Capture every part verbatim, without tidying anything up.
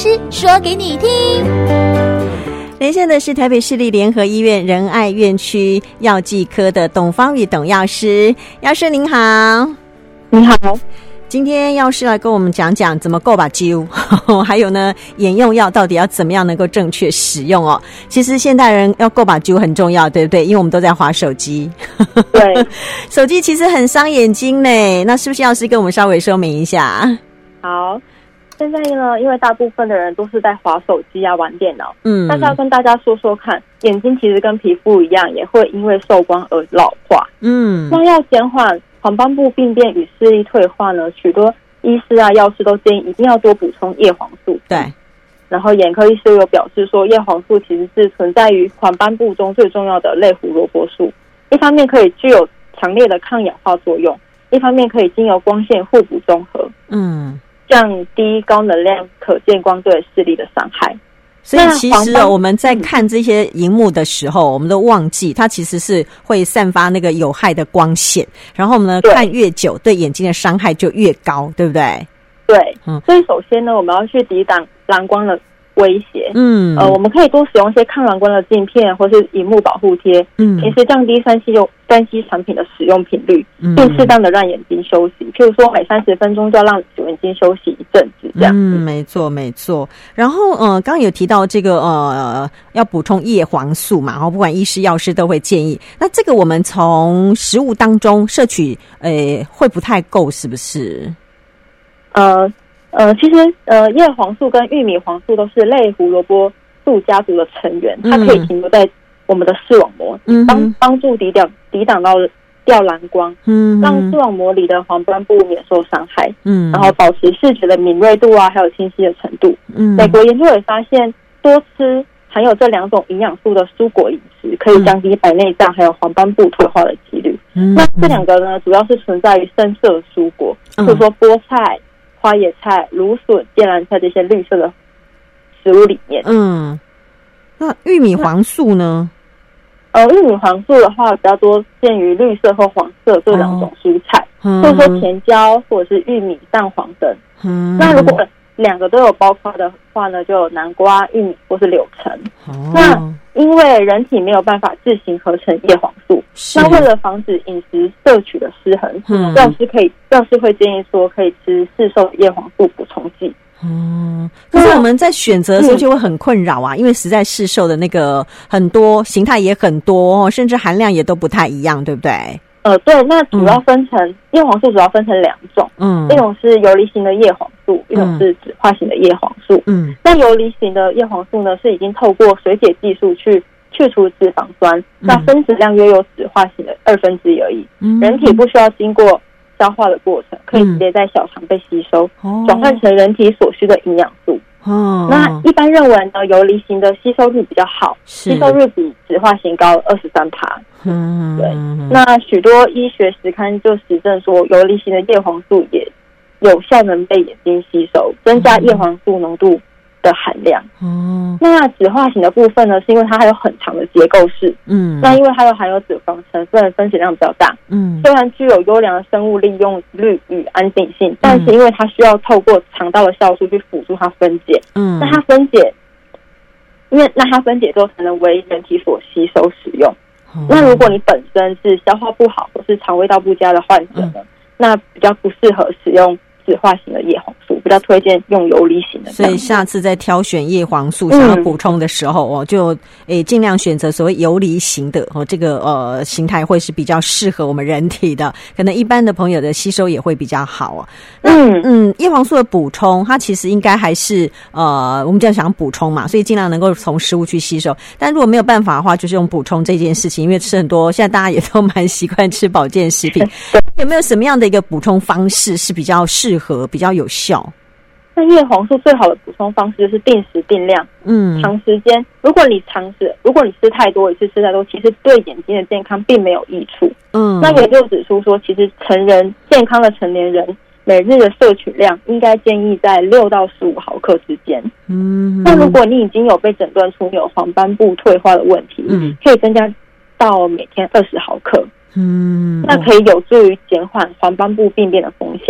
师说给你听。 连线的是台北市立联合医院仁爱院区药剂科的董芳瑜董药师。药师您好。 你好， 今天药师来跟我们讲讲怎么够把灸，还有呢眼用药到底要怎么样能够正确使用哦。其实现代人要够把灸很重要，对不对？因为我们都在滑手机。 对， 手机其实很伤眼睛呢，那是不是药师跟我们稍微说明一下？ 好，现在呢，因为大部分的人都是在滑手机啊、玩电脑，嗯，但是要跟大家说说看，眼睛其实跟皮肤一样，也会因为受光而老化。嗯，那要减缓黄斑部病变与视力退化呢，许多医师啊、药师都建议一定要多补充叶黄素。 对， 然后眼科医师有表示说，叶黄素其实是存在于黄斑部中最重要的类胡萝卜素，一方面可以具有强烈的抗氧化作用，一方面可以经由光线互补综合，嗯，降低高能量可见光对视力的伤害。 所以其实、哦、我们在看这些荧幕的时候，我们都忘记它其实是会散发那个有害的光线，然后我们呢看越久，对眼睛的伤害就越高，对不对？ 对，嗯，所以首先呢，我们要去抵挡蓝光的威胁。嗯，呃，我们可以多使用一些抗蓝光的镜片或是萤幕保护贴，嗯，平时降低三 C 用三 C 产品的使用频率，嗯，并适当的让眼睛休息，譬如说每三十分钟就要让眼睛休息一阵子，这样子。 嗯，没错没错。然后呃，刚刚有提到这个呃，要补充叶黄素嘛，然后不管医师药师都会建议。那这个我们从食物当中摄取，呃，会不太够，是不是？ 呃。呃，其实呃，叶黄素跟玉米黄素都是类胡萝卜素家族的成员，它可以停留在我们的视网膜，帮、嗯、帮助抵挡抵挡到掉蓝光，嗯，让视网膜里的黄斑部免受伤害，嗯，然后保持视觉的敏锐度啊，还有清晰的程度。嗯，美国研究也发现，多吃含有这两种营养素的蔬果饮食，可以降低白内障还有黄斑部退化的几率。嗯，那这两个呢，主要是存在于深色的蔬果，比如说菠菜、花椰菜、芦笋、芥蓝菜这些绿色的食物里面。嗯， 那玉米黄素呢？ 呃，玉米黄素的话，比较多见于绿色或黄色这两种蔬菜，哦、或者说甜椒或者是玉米、蛋黄等。嗯，那如果两个都有包括的话呢，就有南瓜、玉米或是柳橙。哦、那因为人体没有办法自行合成叶黄素，那为了防止饮食摄取的失衡，嗯，药师可以药师会建议说可以吃市售的叶黄素补充剂。 嗯，可是我们在选择的时候就会很困扰啊，嗯、因为实在市售的那个很多形态也很多，甚至含量也都不太一样，对不对？ 呃，对，那主要分成、嗯、叶黄素主要分成两种，嗯，一种是游离型的叶黄素，一种是酯化型的叶黄素。嗯，那游离型的叶黄素呢，是已经透过水解技术去去除脂肪酸，嗯、那分子量约有酯化型的二分之一而已，嗯，人体不需要经过消化的过程，可以直接在小肠被吸收，嗯、转换成人体所需的营养素。哦，那一般认为呢，游离型的吸收率比较好，吸收率比酯化型高二十三趴。嗯，对。那许多医学时刊就实证说，游离型的叶黄素也有效能被眼睛吸收，增加叶黄素浓度的含量。哦，那酯化型的部分呢，是因为它还有很长的结构式，嗯，那因为它有含有脂肪成分，分解量比较大，嗯，虽然具有优良的生物利用率与安定性，但是因为它需要透过肠道的酵素去辅助它分解，嗯，那它分解，因为那它分解之后才能为人体所吸收使用。哦、那如果你本身是消化不好或是肠胃道不佳的患者呢，嗯、那比较不适合使用酯化型的叶黄素，比较推荐用游离型的。 所以下次在挑选叶黄素想要补充的时候哦，嗯、就诶尽量选择所谓游离型的哦，这个呃形态会是比较适合我们人体的，可能一般的朋友的吸收也会比较好哦。嗯嗯，叶黄素的补充，它其实应该还是呃我们就想补充嘛，所以尽量能够从食物去吸收。但如果没有办法的话，就是用补充这件事情，因为吃很多，现在大家也都蛮习惯吃保健食品。有没有什么样的一个补充方式是比较适合、比较有效？ 那叶黄素最好的补充方式就是定时定量，嗯，长时间。如果你长时，如果你吃太多，一次吃太多，其实对眼睛的健康并没有益处。嗯，那研究指出说，其实成人健康的成年人每日的摄取量应该建议在六到十五毫克之间。嗯，那如果你已经有被诊断出有黄斑部退化的问题，嗯，可以增加到每天二十毫克。嗯，那可以有助于减缓黄斑部病变的风险。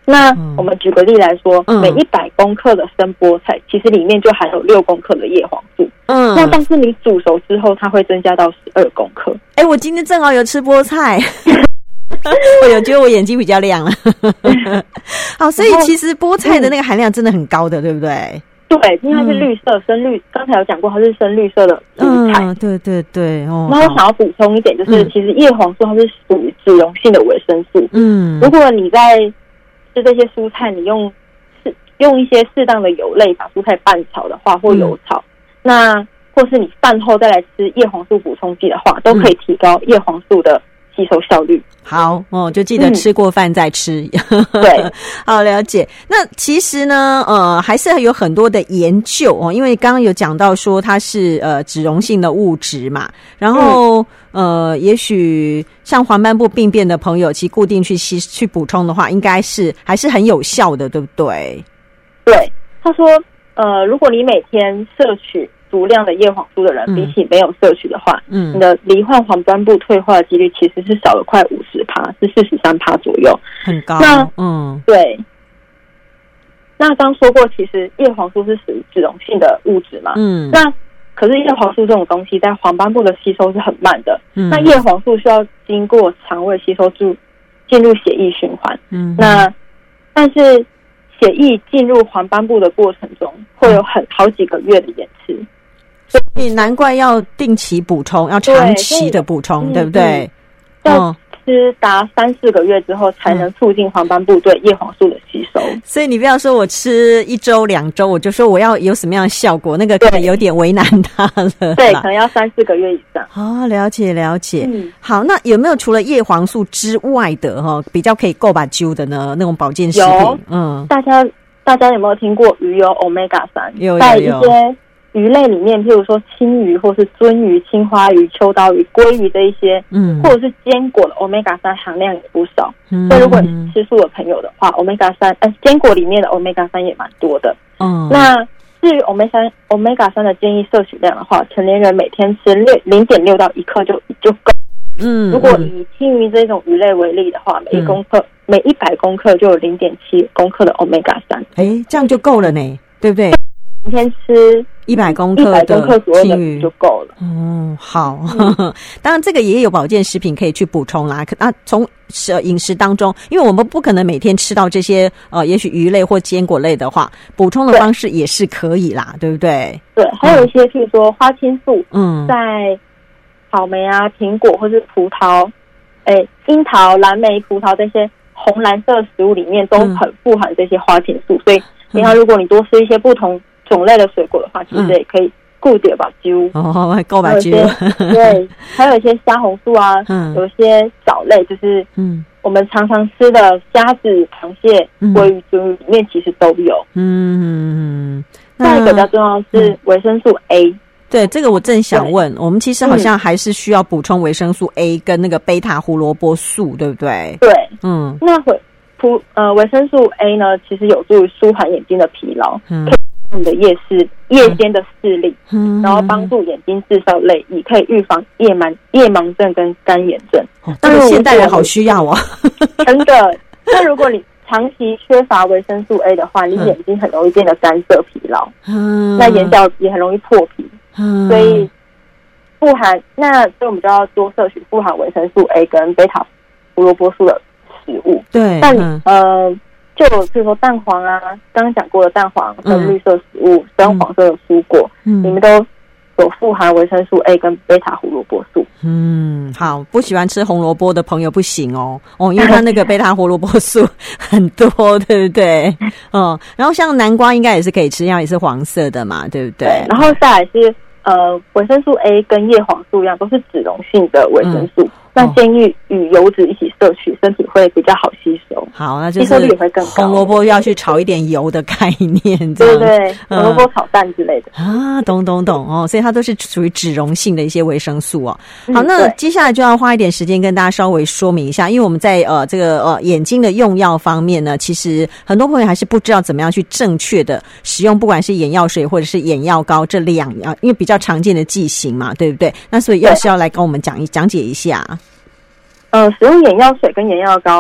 那我们举个例来说，嗯、每一百公克的生菠菜，其实里面就含有六公克的叶黄素。嗯，那但是你煮熟之后，它会增加到十二公克。 哎、欸，我今天正好有吃菠菜。我有觉得我眼睛比较亮了。好，所以其实菠菜的那个含量真的很高的，对不对？ 对，因为它是绿色，深绿。刚才有讲过，它是深绿色的蔬菜。 嗯，对对对。哦， 那我想要补充一点，就是其实叶黄素它是属于脂溶性的维生素。嗯，如果你在吃这些蔬菜，你用适用一些适当的油类把蔬菜拌炒的话，或油炒，嗯、那或是你饭后再来吃叶黄素补充剂的话，都可以提高叶黄素的吸收效率。 好哦，就记得吃过饭再吃。 嗯、对， 好，了解。那其实呢，呃，还是有很多的研究哦，因为刚刚有讲到说它是呃脂溶性的物质嘛，然后、嗯、呃，也许像黄斑部病变的朋友，其实固定去吸去补充的话，应该是还是很有效的，对不对？ 对，他说，呃，如果你每天摄取足量的叶黄素的人，嗯、比起没有摄取的话，嗯，你的罹患黄斑部退化的几率其实是少了快五十趴，是四十三趴左右， 很高。 那嗯， 对。那刚说过，其实叶黄素是属于脂溶性的物质嘛，嗯，那可是叶黄素这种东西在黄斑部的吸收是很慢的，嗯，那叶黄素需要经过肠胃吸收进进入血液循环，嗯，那但是血液进入黄斑部的过程中，会有很好几个月的延迟。 所以难怪要定期补充，要长期的补充， 对, 对不对？ 嗯、要吃达三四个月之后，才能促进黄斑部对叶黄素的吸收。 所以你不要说我吃一周两周，我就说我要有什么样的效果，那个可能有点为难他了。 对，可能要三四个月以上。 哦，了解了解。嗯，好，那有没有除了叶黄素之外的哈，比较可以够把揪的呢？那种保健食品？ 有，嗯，大家大家有没有听过鱼油 Omega 三？ 有有有。 在一些鱼类里面，譬如说青鱼或是鳟鱼、青花鱼、秋刀鱼、鲑鱼这一些，嗯，或者是坚果的 omega 三含量也不少。嗯，所以如果你吃素的朋友的话 ，omega 三，呃，坚果里面的 omega 三也蛮多的。嗯，那至于 omega omega 三的建议摄取量的话，成年人每天吃零点六到一克就就够。嗯，如果以青鱼这种鱼类为例的话，每一公克、嗯、每一百公克就有零点七公克的 omega 三。 哎，这样就够了呢，对不对？ 每天吃一百公克的青鱼就够了。 嗯，好。嗯、当然，这个也有保健食品可以去补充啦。那从饮食当中，因为我们不可能每天吃到这些呃，也许鱼类或坚果类的话，补充的方式也是可以啦， 对, 对不对？ 对，还有一些譬如说花青素，嗯，在草莓啊、苹果或是葡萄、哎、樱桃、蓝莓、葡萄这些红蓝色食物里面都很富含这些花青素，嗯、所以平常如果你多吃一些不同种类的水果的话，其实也可以顾点把揪哦，够把揪。 对，还有一些虾红素啊，嗯、有一些藻类，就是嗯，我们常常吃的虾子、螃蟹、鲑鱼、鳟鱼里面其实都有。嗯，再一个比较重要的是维生素 A。 对，这个我正想问，我们其实好像还是需要补充维生素 A 跟那个贝塔胡萝卜素，对不对？ 对，嗯，那会普呃维生素 A 呢，其实有助于舒缓眼睛的疲劳，嗯，可以你的夜视夜间的视力，嗯，然后帮助眼睛制造泪液，可以预防夜盲夜盲症跟干眼症。 哦，这个现代人好需要哦， 真的。那如果你长期缺乏维生素 A 的话，你眼睛很容易变得干涩疲劳，嗯，那眼角也很容易破皮，嗯，所以富含那所以我们就要多摄取富含维生素 A 跟贝塔胡萝卜素的食物。 对， 但嗯、呃，就比如说蛋黄啊，刚刚讲过的蛋黄跟绿色食物、深、嗯、黄色的蔬果，嗯，里面都有富含维生素 A 跟贝塔胡萝卜素。 嗯，好，不喜欢吃红萝卜的朋友不行哦，哦，因为它那个贝塔胡萝卜素很多，对不对？嗯，然后像南瓜应该也是可以吃，因为也是黄色的嘛，对不对？ 对，然后再来是呃，维生素 A 跟叶黄素一样，都是脂溶性的维生素。嗯，那建议与油脂一起摄取，身体会比较好吸收。 好，那就是吸收率也会更高。 红萝卜要去炒一点油的概念， 对对，红萝卜炒蛋之类的、 嗯、啊，懂懂懂哦，所以它都是属于脂溶性的一些维生素哦。好，那接下来就要花一点时间跟大家稍微说明一下，因为我们在呃这个呃眼睛的用药方面呢，其实很多朋友还是不知道怎么样去正确的使用，不管是眼药水或者是眼药膏这两样，因为比较常见的剂型嘛，对不对？那所以要是要来跟我们讲一讲解一下。 呃，使用眼药水跟眼药膏，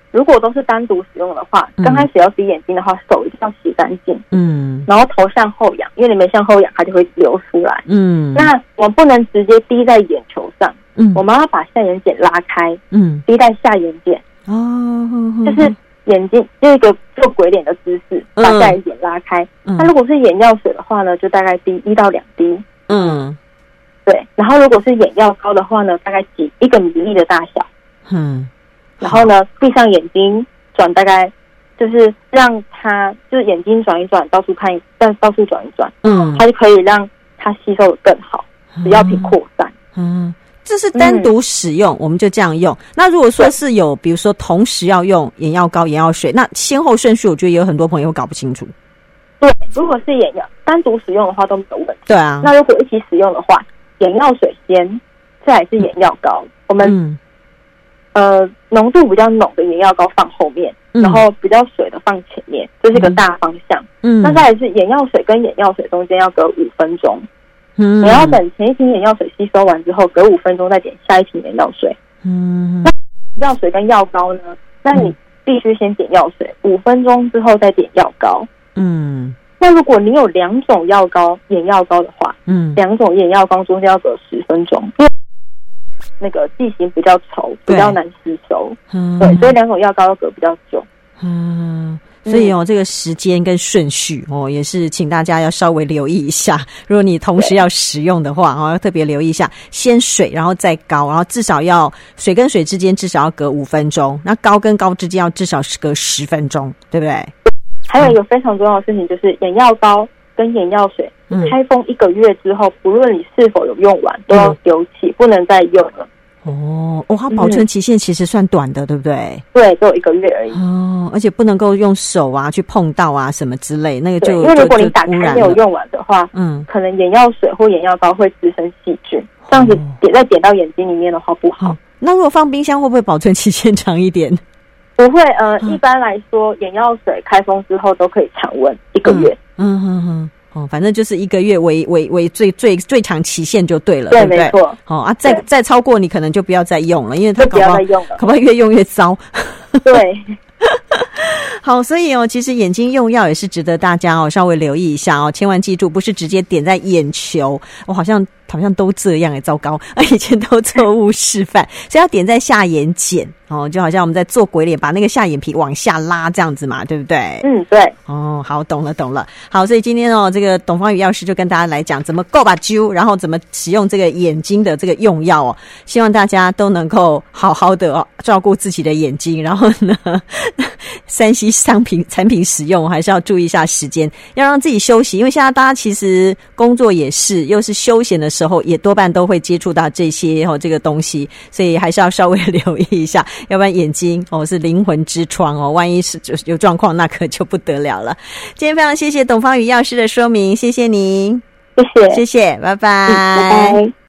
如果都是单独使用的话，刚、嗯、开始要洗眼睛的话，手一定要洗干净，嗯，然后头向后仰，因为你没向后仰，它就会流出来，嗯，那我们不能直接滴在眼球上，嗯，我们要把下眼睑拉开，嗯，滴在下眼睑，哦，就是眼睛这个做鬼脸的姿势，把下眼睑拉开。嗯、那如果是眼药水的话呢，就大概滴一到两滴，嗯。对，然后如果是眼药膏的话呢，大概挤一个米粒的大小，嗯，然后呢，闭上眼睛转，大概就是让它就是眼睛转一转，到处看，但到处转一转，嗯，它就可以让它吸收的更好，使药品扩散。 嗯，这是单独使用，嗯、我们就这样用。那如果说是有，比如说同时要用眼药膏、眼药水，那先后顺序，我觉得也有很多朋友搞不清楚。 对，如果是眼药单独使用的话都没有问题。 对啊， 那如果一起使用的话。眼药水先，再来是眼药膏。嗯、我们、嗯、呃浓度比较浓的眼药膏放后面，嗯、然后比较水的放前面，这是个大方向。嗯，那再来是眼药水跟眼药水中间要隔五分钟。嗯，你要等前一瓶眼药水吸收完之后，隔五分钟再点下一瓶眼药水。嗯，那药水跟药膏呢？那你必须先点药水，五分钟之后再点药膏。嗯。那如果你有两种药膏、眼药膏的话，嗯，两种眼药膏中间要隔十分钟，因为那个剂型比较稠，比较难吸收，嗯，对，所以两种药膏要隔比较久， 嗯，所以哦，这个时间跟顺序哦，也是请大家要稍微留意一下。如果你同时要使用的话，哦，要特别留意一下，先水，然后再膏，然后至少要水跟水之间至少要隔五分钟，那膏跟膏之间要至少是隔十分钟，对不对？ 还有一个非常重要的事情，就是眼药膏跟眼药水、嗯、开封一个月之后，不论你是否有用完，都要丢弃，嗯、不能再用了。 哦，哦，它保存期限其实算短的，嗯、对不对？ 对，只有一个月而已。 哦，而且不能够用手啊去碰到啊什么之类，那个就因为如果你打开没有用完的话，嗯，可能眼药水或眼药膏会滋生细菌，这样子点再点到眼睛里面的话不好。哦、 那如果放冰箱，会不会保存期限长一点？ 不会，呃，嗯、一般来说，眼药水开封之后都可以常温一个月。嗯哼哼， 哦，反正就是一个月为为为最最最长期限就对了， 对， 对不对？ 没错。 哦啊，再再超过你可能就不要再用了，因为它不要再用了， 可不可以越用越糟？ 对。 好，所以哦，其实眼睛用药也是值得大家哦稍微留意一下哦，千万记住，不是直接点在眼球，我、哦、好像好像都这样哎，糟糕，以前都错误示范，所以要点在下眼睑哦，就好像我们在做鬼脸，把那个下眼皮往下拉这样子嘛，对不对？ 嗯，对。 哦，好，懂了，懂了。好，所以今天哦，这个董芳瑜药师就跟大家来讲怎么够把灸，然后怎么使用这个眼睛的这个用药哦，希望大家都能够好好的哦照顾自己的眼睛，然后呢，三 C 商品产品使用还是要注意一下时间，要让自己休息，因为现在大家其实工作也是，又是休闲的时候，也多半都会接触到这些哦这个东西，所以还是要稍微留意一下，要不然眼睛哦是灵魂之窗哦，万一是有状况，那可就不得了了。今天非常谢谢董芳瑜药师的说明，谢谢您， 谢谢， 谢谢，拜拜， 嗯，拜拜。